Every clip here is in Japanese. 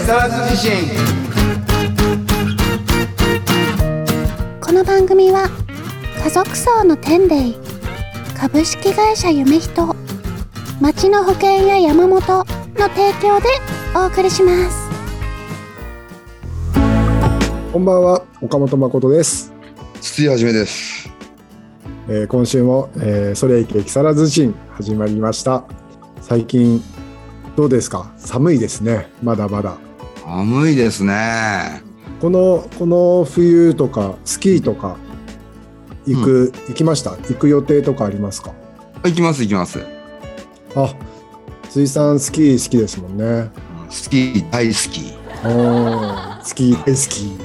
更津地震。 この番組は家族層の天霊株式会社夢人町の保険や山本の提供でお送りします。 こんばんは、岡本誠です。 筒井はじめです。 今週も、それいけ木更津地震始まりました。最近どうですか？寒いですね。まだまだ寒いですね。 この冬とかスキーとか行きました？行く予定とかありますか？ 行きます。 あ、辻さんスキー好きですもんね。 スキー大好き。 スキー大好き。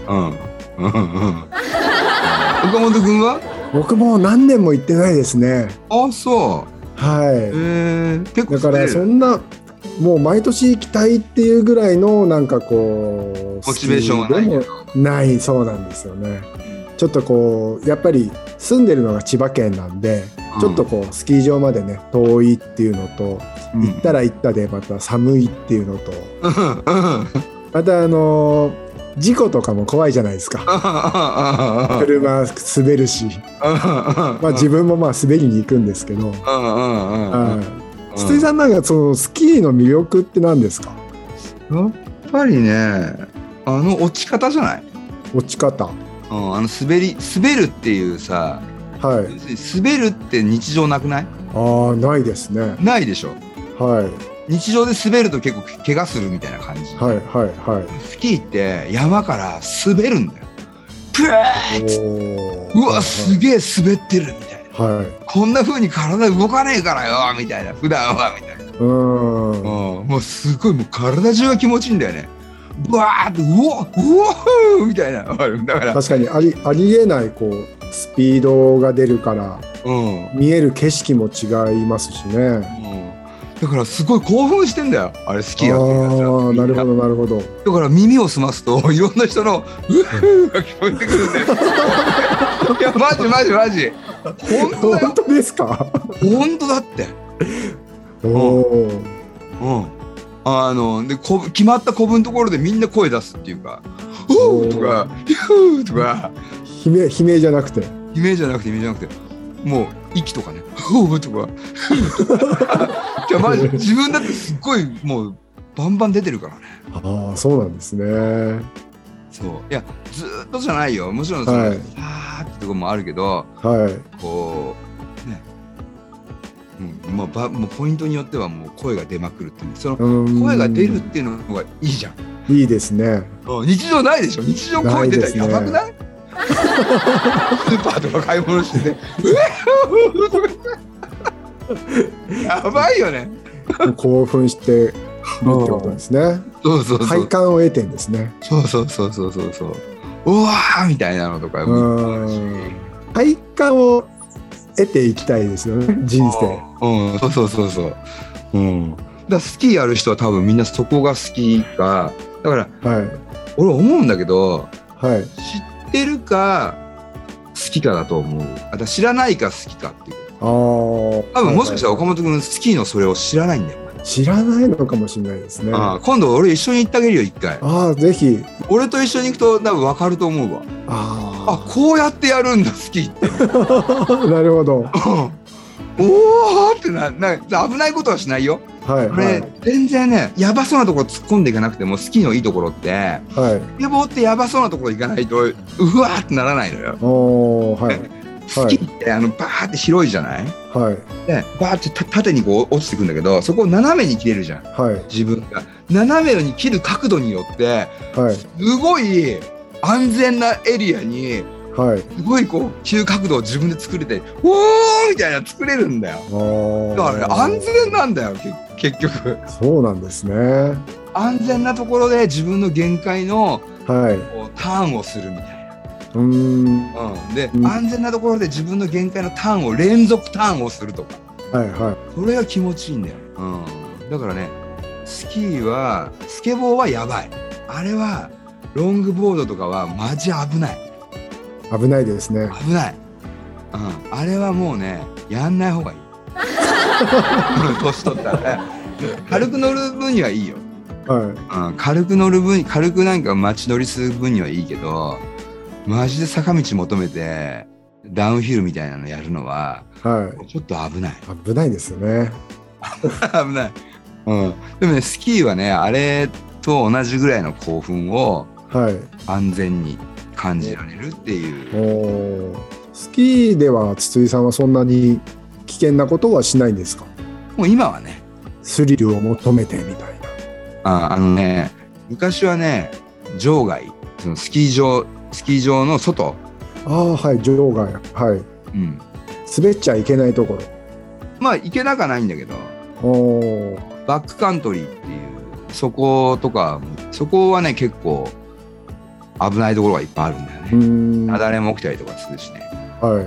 岡本君は？ 僕も何年も行ってないですね。 あ、そう。 はい。 結構だからそんなもう毎年行きたいっていうぐらいのなんかこうモチベーションはないけどない。そうなんですよね。ちょっとこうやっぱり住んでるのが千葉県なんで、ちょっとこうスキー場までね遠いっていうのと、行ったら行ったでまた寒いっていうのと、また事故とかも怖いじゃないですか。車滑るし、自分も滑りに行くんですけど、筒井さんなんかそのスキーの魅力って何ですか？ やっぱりね、落ち方じゃない？ 落ち方。 滑るっていうさ、 はい。 滑るって日常なくない？ ないですね。 ないでしょ。はい。日常で滑ると結構怪我するみたいな感じ。 はい。 スキーって山から滑るんだよ。プーッ！うわ、すげえ滑ってるみたいな。はい。こんな風に体動かねえからよみたいな、普段はみたいな。もうすごいもう体中が気持ちいいんだよね。ブワーってうおみたいな。だから確かにありえないこうスピードが出るから、見える景色も違いますしね。 だからすごい興奮してんだよ、あれスキーやってるやつは。 なるほど。 だから耳を澄ますといろんな人のうふーが聞こえてくるんだよ。いやマジ本当ですか？ 本当だって。で決まった古文のところでみんな声出すっていうか、ふーとかヒューとか、 悲鳴じゃなくてもう息とかね、ふーとかいやマジ自分だってすっごいもうバンバン出てるからね。 そうなんですね。 そういやずっとじゃないよ、もちろんそのってとこもあるけど、こうね、もうポイントによってはもう声が出まくるっていう、その声が出るっていうのがいいじゃん。いいですね。 日常ないでしょ。日常声出たらやばくない？スーパーとか買い物しててやばいよね。 興奮してるってことですね。 そう快感を得てんですね。 そううわーみたいなのとか快感を得ていきたいですよね、人生。 そうだからスキーやる人は多分みんなそこが好きか。だから、俺思うんだけど、知ってるか好きかだと思う。知らないか好きかっていう。多分もしかしたら岡本君スキーのそれを知らないんだよ。 知らないのかもしれないですね。 今度俺一緒に行ってあげるよ、一回。 ぜひ。 俺と一緒に行くと多分分かると思うわ。こうやってやるんだスキーって。 なるほど。 おーって危ないことはしないよ。全然ね、やばそうなところ突っ込んでいかなくても、スキーのいいところって、スケボーってやばそうなところ行かないとうわーってならないのよ。スキーってバーって広いじゃない？でバーって縦にこう落ちてくんだけど、そこを斜めに切れるじゃん。自分が斜めに切る角度によって、すごい安全なエリアにすごいこう急角度を自分で作れて、おーみたいな作れるんだよ。だからね、安全なんだよ結局。 そうなんですね。 安全なところで自分の限界のターンをするみたいな。で、安全なところで自分の限界のターンを連続ターンをするとか、それが気持ちいいんだよ。だからね、スキーはスケボーはやばい。あれはロングボードとかはマジ危ない。 危ないですね。 危ない。あれはもうね、やんない方がいい。年取ったらね、軽く乗る分にはいいよ。 はい、 軽く乗る分、軽くなんか街乗りする分にはいいけど、マジで坂道求めてダウンヒルみたいなのやるのは、はい、ちょっと危ない。 危ないですよね。 危ない。でもね、スキーはね、あれと同じぐらいの興奮を安全に感じられるっていう。 スキーでは筒井さんはそんなに危険なことはしないんですか？ もう今はね、 スリルを求めてみたいな。昔はね、場外、そのスキー場の外。 はい、場外。はい。滑っちゃいけないところ。 まあ、行けなくはないんだけど、バックカントリーっていう、そことか、そこはね、結構危ないところがいっぱいあるんだよね。雪崩も起きたりとかするしね。はい。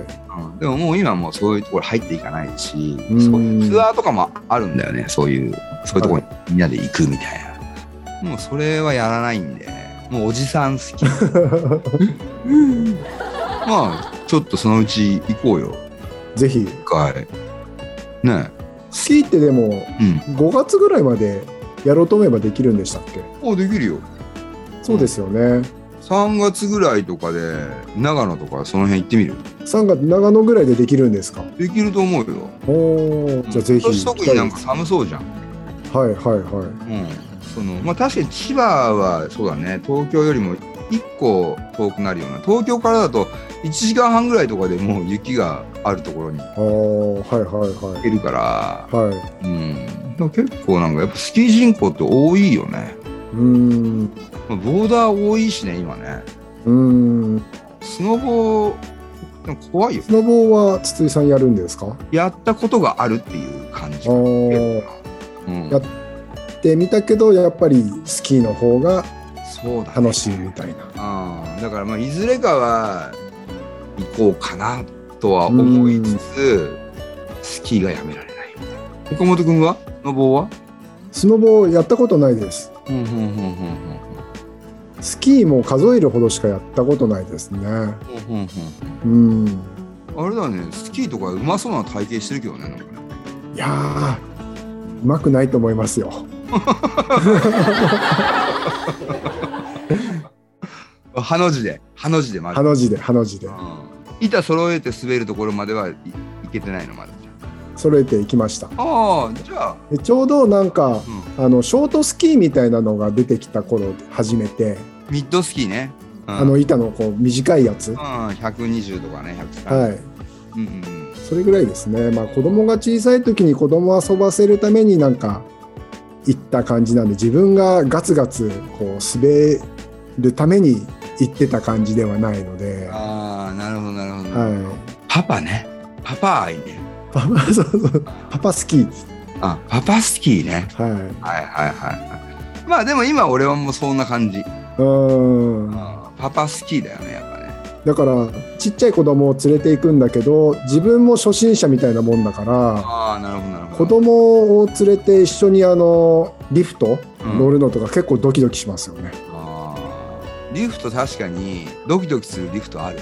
でももう今もうそういうところ入っていかないし、そういうツアーとかもあるんだよね。そういうところにみんなで行くみたいな。もうそれはやらないんで、もうおじさん好き。まあちょっとそのうち行こうよ。 ぜひ。 ね。 スキーってでも5月ぐらいまでやろうと思えばできるんでしたっけ？ できるよ。 そうですよね。 3月ぐらいとかで長野とかその辺行ってみる？3 月長野ぐらいでできるんですか？ できると思うよ。 じゃあぜひ。 特になんか寒そうじゃん。 はいはいはい。 まあ確かに千葉はそうだね、東京よりも1個遠くなるような。東京からだと1時間半ぐらいとかでもう雪があるところに行けるから、結構なんかやっぱスキー人口って多いよね。ボーダー多いしね今ね。スノボー怖いよ。 スノボーは筒井さんやるんですか？ やったことがあるっていう感じ。 やってみたけどやっぱりスキーの方が楽しいみたいな。だからまあいずれかは行こうかなとは思いつつ、スキーがやめられないみたいな。岡本君はスノボーは？ スノボーやったことないです。スキーも数えるほどしかやったことないですね。あれだね、スキーとかうまそうな体型してるけどね。なんかね、 いやー、うまくないと思いますよ。 ハの字でまず。 ハの字で。 板揃えて滑るところまではいけてないのまだ。 揃えていきました。 じゃあちょうどなんか、ショートスキーみたいなのが出てきた頃初めて。 ミッドスキーね。 板のこう短いやつ。 120とかね、130。 はい。それぐらいですね。まあ子供が小さい時に子供を遊ばせるためになんか行った感じなんで、自分がガツガツこう滑るために行ってた感じではないので。 なるほどなるほど。 はい。 パパね。パパ愛ね。 そうパパスキー。 パパスキーね。 はい。 まあでも今俺はもうそんな感じ。パパスキーだよねやっぱね。 だからちっちゃい子供を連れて行くんだけど、自分も初心者みたいなもんだから。 なるほどなるほど。 子供を連れて一緒にリフト乗るのとか結構ドキドキしますよね。 リフト確かにドキドキするリフトある。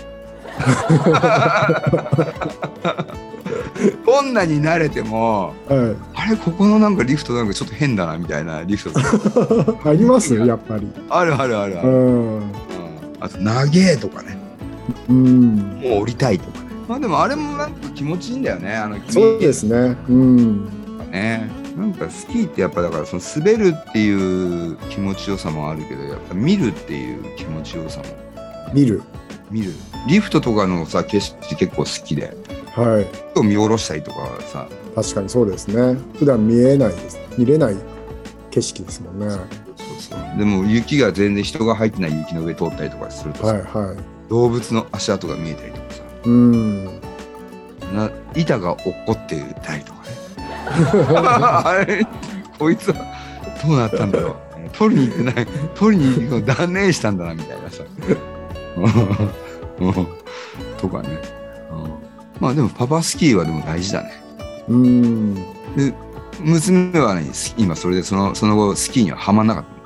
どんなに慣れても、あれここのなんかリフトなんかちょっと変だなみたいなリフトありますやっぱり。 ある。あと長えとかね。もう降りたいとかね。まあでもあれもなんか気持ちいいんだよね。 そうですね。 なんかスキーってやっぱだからその滑るっていう気持ちよさもあるけど、やっぱ見るっていう気持ちよさも。見る。リフトとかのさ景色結構好きで。見下ろしたりとかさ。 確かにそうですね。普段見れない景色ですもんね。 そう。でも雪が全然人が入ってない雪の上通ったりとかするとさ、動物の足跡が見えたりとかさ。板が落っこってたりとかね。あれこいつはどうなったんだろう。取りに行くの断念したんだなみたいなさ。とかね。まあでもパパスキーはでも大事だね。で娘はね今それでその後スキーにはハマんなかった。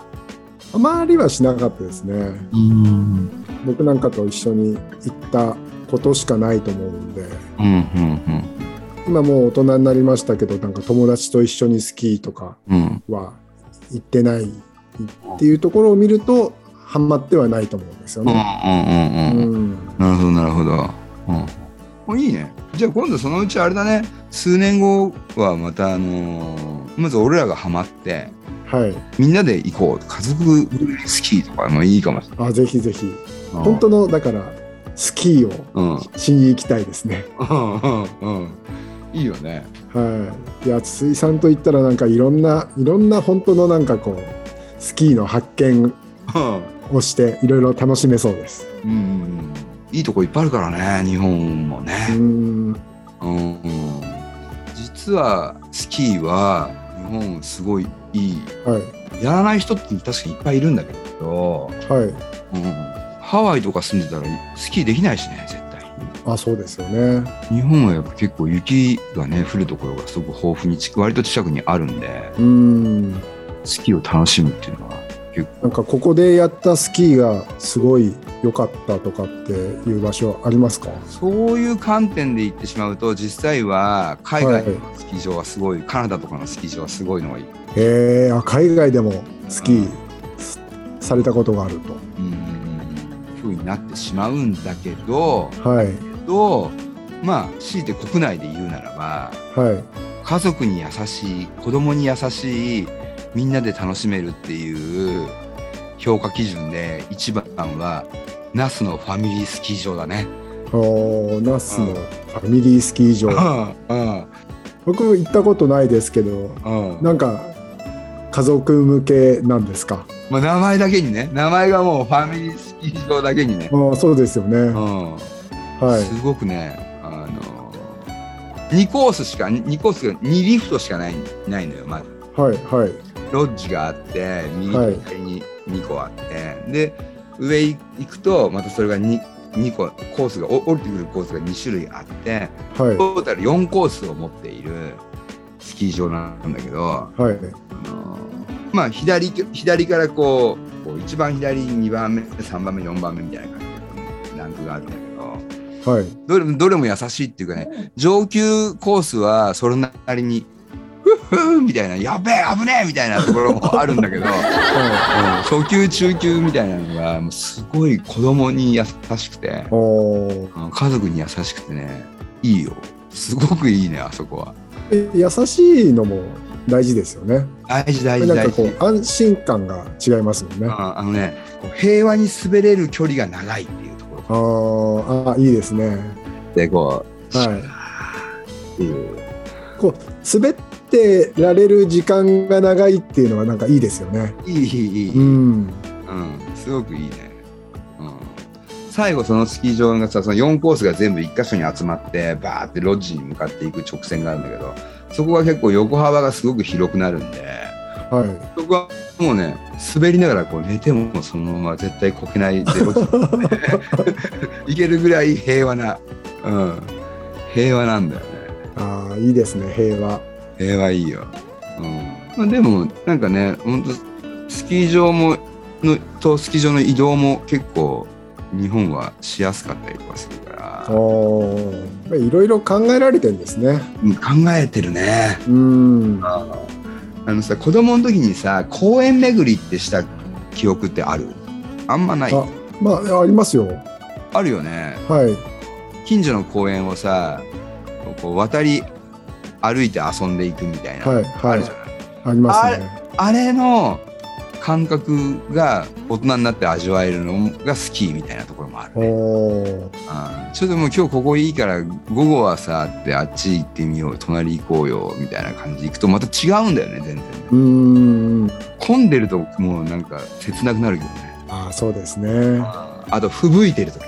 ハマりはしなかったですね。僕なんかと一緒に行ったことしかないと思うんで。今もう大人になりましたけど、なんか友達と一緒にスキーとかは行ってないっていうところを見るとハマってはないと思うんですよね。 なるほどなるほど。いいね。じゃあ今度そのうちあれだね、数年後はまたまず俺らがハマって、はい、みんなで行こう、家族スキーとかもいいかもしれない。 ぜひぜひ。本当のだからスキーをしに行きたいですね。 いいよね。 はい。いや、筒井さんといったらなんかいろんな本当のなんかこうスキーの発見をしていろいろ楽しめそうです。 いいとこいっぱいあるからね、日本もね。実はスキーは日本すごいいい、はい、やらない人って確かにいっぱいいるんだけど、ハワイとか住んでたらスキーできないしね、絶対。 そうですよね。 日本はやっぱ結構雪がね降るところがすごく豊富に割と近くにあるんで、スキーを楽しむっていうのはなんかここでやったスキーがすごい良かったとかっていう場所ありますか？ そういう観点で言ってしまうと、実際は海外のスキー場はすごい、カナダとかのスキー場はすごいのがいい。 海外でもスキーされたことがあると。 風になってしまうんだけど、まあ強いて国内で言うならば、家族に優しい、子供に優しい、みんなで楽しめるっていう評価基準で一番は那須のファミリースキー場だね。 那須のファミリースキー場。僕も行ったことないですけど、なんか家族向けなんですか？ 名前だけにね、名前がもうファミリースキー場だけにね。 そうですよね。 すごくね、2コースが2リフトしかないのよ、まず。ロッジがあって、右と左に2個あって、で上行くとまたそれが2個コースが降りてくるコースが2種類あって、トータル4コースを持っているスキー場なんだけど、まあ左からこう一番左に2番目3番目4番目みたいな感じでランクがあるんだけど、どれも優しいっていうかね、上級コースはそれなりにみたいな、やべえ危ねえみたいなところもあるんだけど、初級中級みたいなのがもうすごい子供に優しくて、家族に優しくてね、いいよ、すごくいいね、あそこは。 優しいのも大事ですよね。 大事。 なんかこう安心感が違いますもんね。 平和に滑れる距離が長いっていうところ。いいですね。 でこう、 こう滑ってられる時間が長いっていうのはなんかいいですよね。 いい。すごくいいね。最後そのスキー場がさ、その4コースが全部1箇所に集まってバーってロッジに向かっていく直線があるんだけど、そこが結構横幅がすごく広くなるんで、そこはもうね、滑りながらこう寝てもそのまま絶対こけないでロッジいけるぐらい平和な、平和なんだよね。 いいですね、平和いいよ。でもなんかね、本当スキー場とスキー場の移動も結構日本はしやすかったりとかするから、 いろいろ考えられてるんですね。 考えてるね。さ、子供の時にさ、公園巡りってした記憶ってある？あんまない？ ありますよ。 あるよね。近所の公園をさ、こう渡り歩いて遊んでいくみたいな、あるじゃない？ ありますね。 あれの感覚が大人になって味わえるのがスキーみたいなところもあるね。ちょっともう今日ここいいから午後はさってあっち行ってみよう、隣行こうよみたいな感じで行くとまた違うんだよね、全然。混んでるともうなんか切なくなるけどね。 そうですね。 あと吹雪いてる時。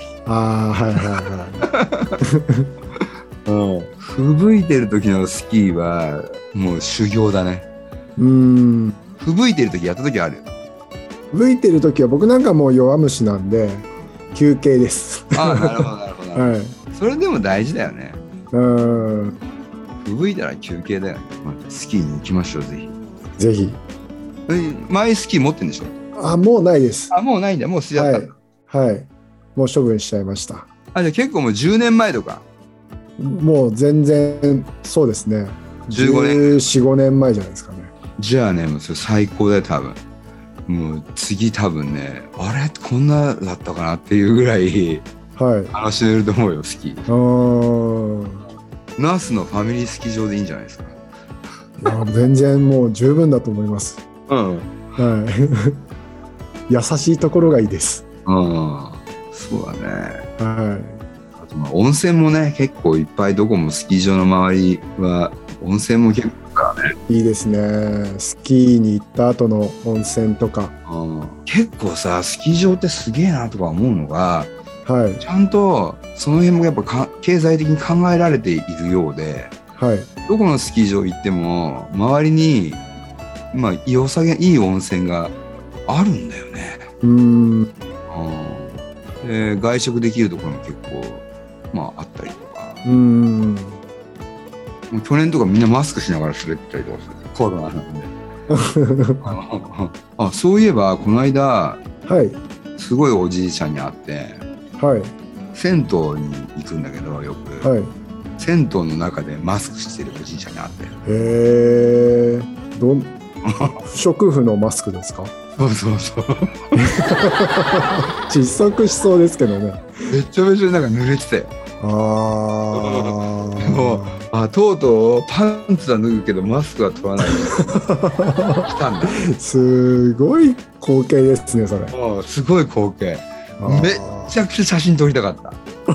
吹雪いてる時のスキーはもう修行だね。吹雪いてる時やった時ある？ 吹雪いてる時は僕なんかもう弱虫なんで休憩です。 なるほど。それでも大事だよね。吹雪いたら休憩だよね。スキーに行きましょう、ぜひ。前スキー持ってんでしょ？もうないです。もうないんだ。もうしちゃった。もう処分しちゃいました。じゃあ結構もう10年前とか？ もう全然そうですね。15年、14、15年前じゃないですかね。 じゃあね、もうそれ最高だよ、多分。 もう次多分ね、あれこんなだったかなっていうぐらい楽しめると思うよ、スキー。那須のファミリースキー場でいいんじゃないですか。 いや全然もう十分だと思います。はい、優しいところがいいです。 そうだね。あと温泉もね、結構いっぱい、どこもスキー場の周りは温泉も結構からね。 いいですね。スキーに行った後の温泉とか。 結構さ、スキー場ってすげえなとか思うのが、ちゃんとその辺もやっぱ経済的に考えられているようで、どこのスキー場行っても周りに良さげいい温泉があるんだよね。で外食できるところも結構あったりとか。もう去年とかみんなマスクしながら滑ったりとかする、コロナなんで。そういえばこの間、すごいおじいちゃんに会って、銭湯に行くんだけどよく、銭湯の中でマスクしてるおじいちゃんに会って。 不織布のマスクですか？ そう窒息しそうですけどね。 めちゃめちゃなんか濡れてて、とうとうパンツは脱ぐけどマスクは取らないで来たんだ。 すごい光景ですね、それ。 すごい光景。めっちゃくちゃ写真撮りたかった。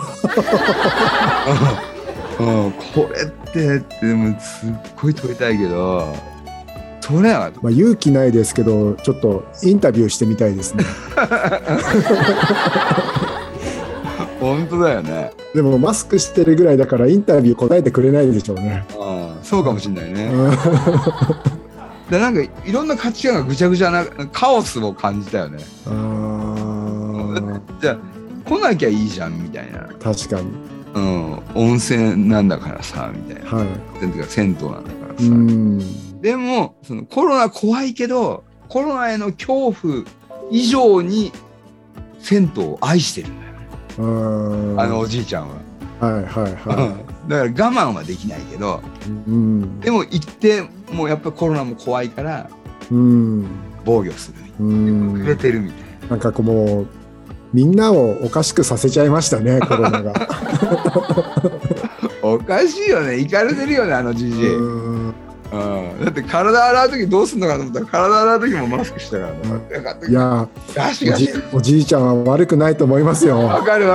これってでもすっごい撮りたいけど撮れなかった。 勇気ないですけど、ちょっとインタビューしてみたいですね。 本当だよね。 でもマスクしてるぐらいだからインタビュー答えてくれないでしょうね。 そうかもしれないね。でなんかいろんな価値観がぐちゃぐちゃなカオスを感じたよね。じゃあ来なきゃいいじゃんみたいな。確かに。温泉なんだからさみたいな。銭湯なんだからさ。でもそのコロナ怖いけどコロナへの恐怖以上に銭湯を愛してるんだよね。あのおじいちゃんは。だから我慢はできないけど、でも行ってもうやっぱコロナも怖いから防御するくれてるみたいな。 なんかこうもうみんなをおかしくさせちゃいましたね、コロナが。 おかしいよね、イカれてるよね、あのじじい。だって体洗う時どうすんのかと思ったら体洗う時もマスクしたからね。いやおじいちゃんは悪くないと思いますよ。 わかる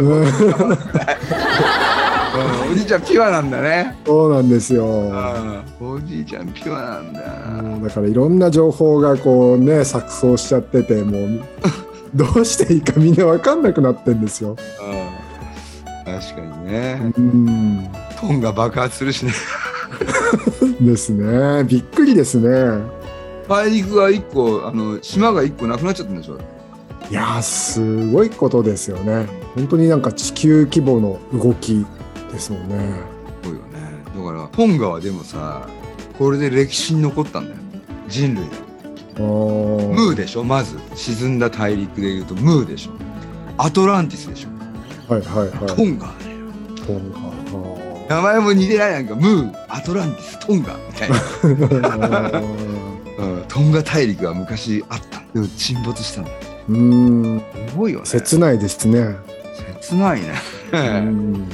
おじいちゃんピュアなんだね。 そうなんですよ。 おじいちゃんピュアなんだ。 だからいろんな情報がこうね錯綜しちゃってて、もうどうしていいかみんな分かんなくなってんですよ。 確かにね。トンが爆発するしね。 ですね。びっくりですね。 大陸が1個島が1個なくなっちゃったんでしょ。 いやすごいことですよね。本当になんか地球規模の動きですもんね。 そうよね。だからトンガはでもさ、これで歴史に残ったんだよ、人類だ。ムーでしょ。まず沈んだ大陸でいうとムーでしょ。アトランティスでしょ。トンガだよ。トンガ。名前も似てない、なんかムー、アトランティス、トンガみたいな。トンガ大陸が昔あった。でも沈没したんだ。すごいよね。 切ないですね。 切ないね。確か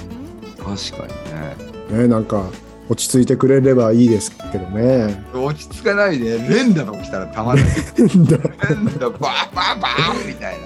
にね。 なんか落ち着いてくれればいいですけどね。 落ち着かないで連打とか来たらたまんない。連打バーバーみたい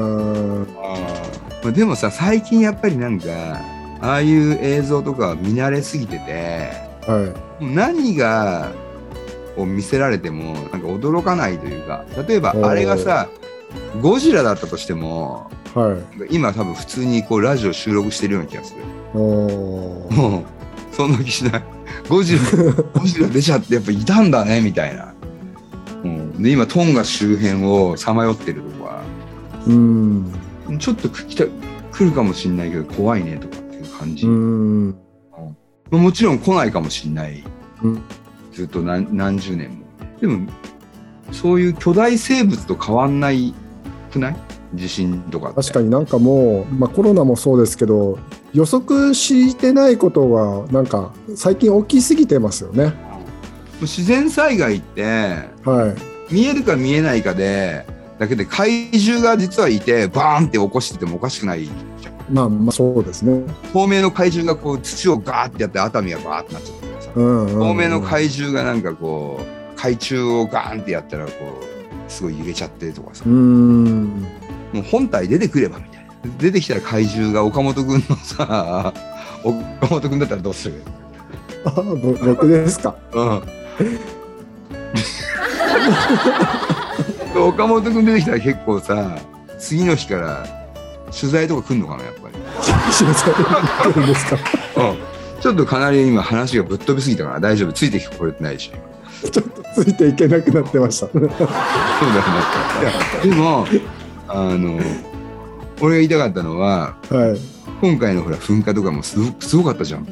な。でもさ、最近やっぱりなんかああいう映像とか見慣れすぎてて、何がを見せられてもなんか驚かないというか、例えばあれがさゴジラだったとしても、今多分普通にこうラジオ収録してるような気がする。もうそんな気しない。ゴジラ出ちゃってやっぱいたんだねみたいな。で今トンガ周辺をさまよってるとこはちょっと来るかもしんないけど怖いねとかっていう感じ。もちろん来ないかもしんない、ずっと何十年も。でもそういう巨大生物と変わんないくない？地震とかって。確かになんかもう、コロナもそうですけど予測してないことがなんか最近起きすぎてますよね。 自然災害って、 見えるか見えないかでだけで怪獣が実はいてバーンって起こしててもおかしくないじゃん。 まあそうですね。 透明の怪獣がこう土をガーってやって熱海がバーってなっちゃってさ、透明の怪獣がなんかこう海中をガーンってやったらこうすごい揺れちゃってとかさ、もう本体出てくればみたいな。出てきたら怪獣が岡本君のさ、岡本君だったらどうする？ 僕ですか？ 岡本君出てきたら結構さ、次の日から取材とか来んのかなやっぱり。 取材来るんですか？ ちょっとかなり今話がぶっ飛びすぎたから大丈夫、ついてこれてないし。 ちょっとついていけなくなってました。そうだよね。 でも俺が言いたかったのは、今回のほら噴火とかもすごかったじゃん。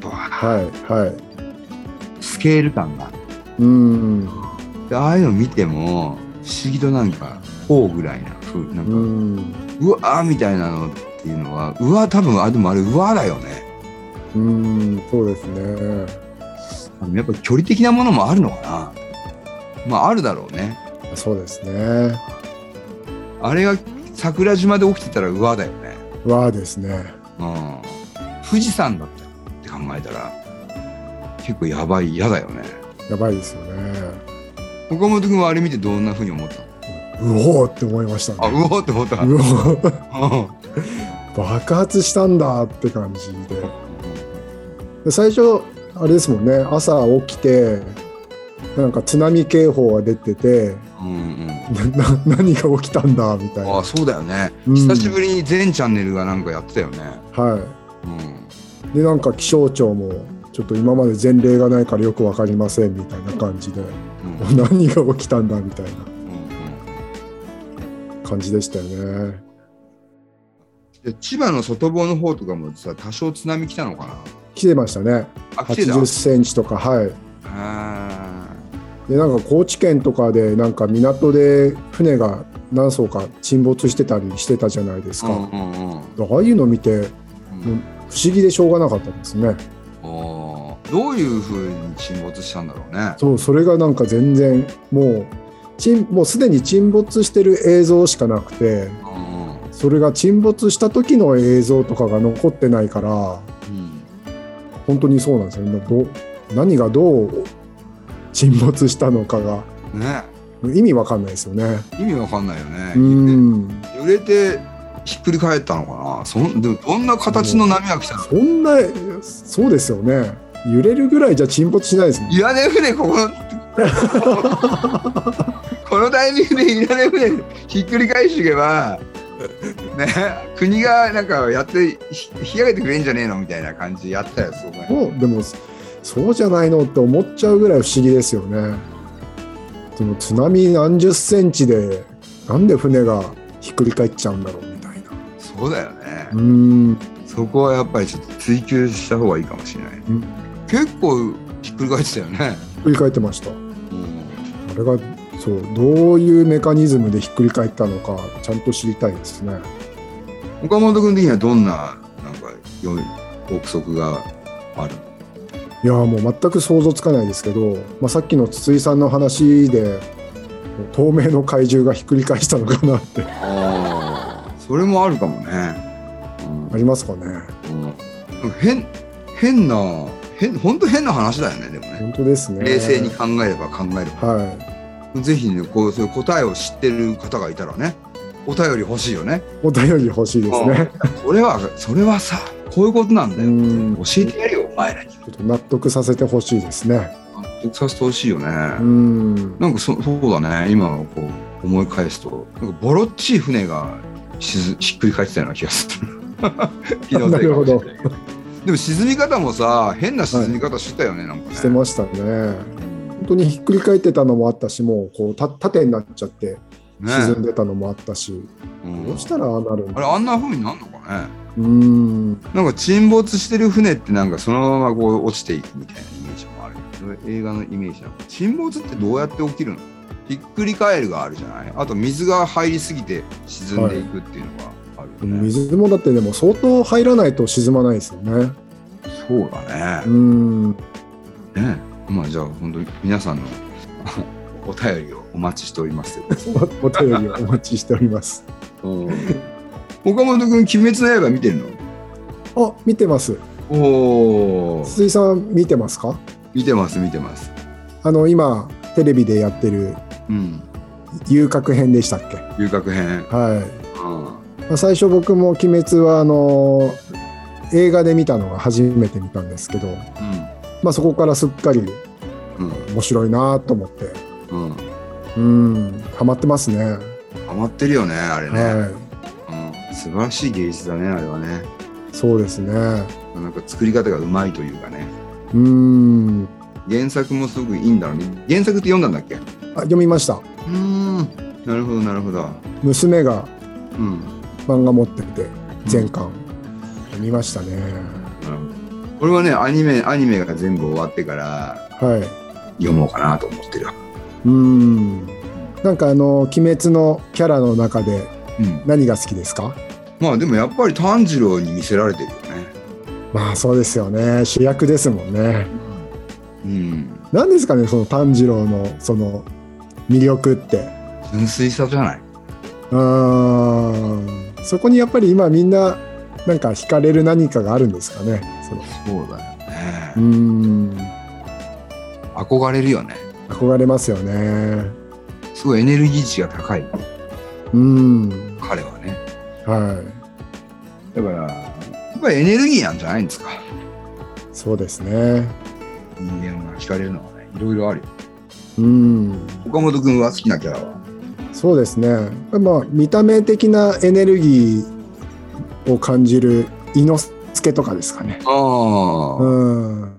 スケール感が。でああいうの見ても不思議となんかぐらいななんかうわーみたいなのっていうのは多分でもあれだよね。 そうですね。 やっぱ距離的なものもあるのかな。あるだろうね。 そうですね。 あれが桜島で起きてたらだよね。 ですね。 富士山だったって考えたら結構嫌だよね。やばいですよね。岡本君はあれ見てどんな風に思ったの？ うおーって思いましたね。 うおーって思った。 爆発したんだって感じで、最初あれですもんね、朝起きてなんか津波警報が出てて、何が起きたんだみたいな。そうだよね、久しぶりに全チャンネルがなんかやってたよね。でなんか気象庁もちょっと今まで前例がないからよく分かりませんみたいな感じで、何が起きたんだみたいな感じでしたよね。 で千葉の外房の方とかもさ多少津波来たのかな？ 来てましたね。80センチとか。でなんか高知県とかでなんか港で船が何艘か沈没してたりしてたじゃないですか。ああいうの見て、不思議でしょうがなかったですね。どういう風に沈没したんだろうね。それがなんか全然もうすでに沈没してる映像しかなくて、それが沈没した時の映像とかが残ってないから、本当にそうなんですよね。何がどう沈没したのかが、意味わかんないですよね。意味わかんないよね。揺れてひっくり返ったのかな。でもどんな形の波が来たの？そうですよね。揺れるぐらいじゃ沈没しないですもん。いらねえ船このタイミングでいらねえ船ひっくり返していけばね、国がなんかやって引き上げてくれんじゃねえのみたいな感じやったやつ。でもそうじゃないのって思っちゃうぐらい不思議ですよね。でも津波何十センチでなんで船がひっくり返っちゃうんだろうみたいな。そうだよね。そこはやっぱりちょっと追求した方がいいかもしれない。結構ひっくり返ってたよね。ひっくり返ってました。あれがどういうメカニズムでひっくり返ったのかちゃんと知りたいですね。岡本君的にはどんな良い憶測がある？いやもう全く想像つかないですけど、さっきの筒井さんの話で透明の怪獣がひっくり返したのかなって。それもあるかもね。ありますかね。本当変な話だよね。でもね。本当ですね。冷静に考えれば。ぜひね、そういう答えを知ってる方がいたらね、お便り欲しいよね。お便り欲しいですね。それはさ、こういうことなんだよ。教えてやるよ、お前らに。ちょっと納得させてほしいですね。納得させてほしいよね。なんかそうだね。今こう思い返すと、なんかボロっちい船がひっくり返ってたような気がする。なるほど。でも沈み方もさ、変な沈み方してたよね。なんかね。してましたね。本当にひっくり返ってたのもあったし、もうこう縦になっちゃって沈んでたのもあったし、どうしたらああなるんだ。あれあんな風になるのかね。なんか沈没してる船ってなんかそのままこう落ちていくみたいなイメージもある。映画のイメージなの。沈没ってどうやって起きるの？ひっくり返るがあるじゃない。あと水が入りすぎて沈んでいくっていうのがあるよね。水もだってでも相当入らないと沈まないですよね。そうだね。じゃあ本当に皆さんのお便りをお待ちしておりますお便りをお待ちしております岡本君、鬼滅の刃見てるの？見てます。鈴井さん見てますか？ 見てます。 今テレビでやってる、遊郭編でしたっけ？ 遊郭編。はい。 最初僕も鬼滅は映画で見たのが初めて見たんですけど、そこからすっかり面白いなと思って、ハマってますね。 ハマってるよね、あれね。素晴らしい芸術だね、あれはね。 そうですね。 なんか作り方がうまいというかね。原作もすごくいいんだろうね。原作って読んだんだっけ？ 読みました。 なるほどなるほど。 娘が漫画持ってて全巻読みましたね。 俺はねアニメが全部終わってから読もうかなと思ってる。 なんか鬼滅のキャラの中で何が好きですか？ でもやっぱり炭治郎に見せられてるよね。 そうですよね。主役ですもんね。何ですかね、その炭治郎のその魅力って。 純粋さじゃない？ そこにやっぱり今みんななんか惹かれる何かがあるんですかね。 そうだよね。憧れるよね。 憧れますよね。 すごいエネルギー値が高い。彼はね。だからやっぱりエネルギーなんじゃないんですか。 そうですね。 人間が惹かれるのはね、いろいろあるよ。岡本君は好きなキャラは？そうですね。 見た目的なエネルギーを感じる伊之助とかですかね。多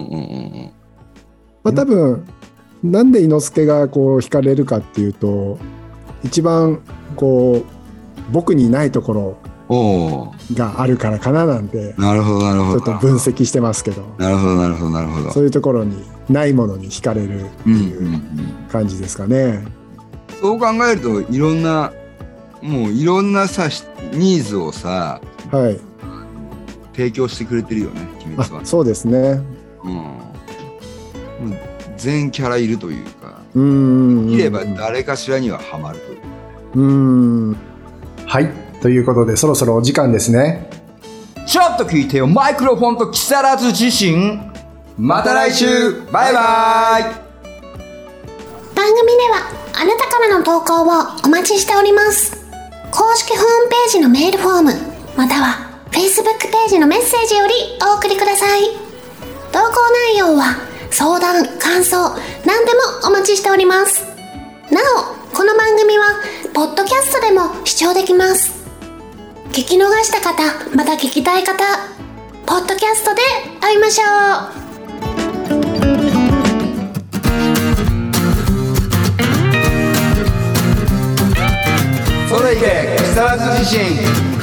分なんで伊之助がこう惹かれるかっていうと、一番こう僕にないところがあるからかななんて、 なるほどなるほど、 ちょっと分析してますけど、 なるほどなるほどなるほど、 そういうところにないものに惹かれるっていう感じですかね。 そう考えるといろんなさニーズをさ、提供してくれてるよね、鬼滅は。そうですね。全キャラいるというか、いれば誰かしらにはハマるという。 はい、ということでそろそろお時間ですね。 ちょっと聞いてよ、マイクロフォンと木更津自身。また来週、バイバイ。 番組ではあなたからの投稿をお待ちしております。公式ホームページのメールフォーム、または Facebook ページのメッセージよりお送りください。投稿内容は相談、感想、何でもお待ちしております。なお、この番組はポッドキャストでも視聴できます。聞き逃した方、また聞きたい方、ポッドキャストで会いましょう。 それいけ木更津自身。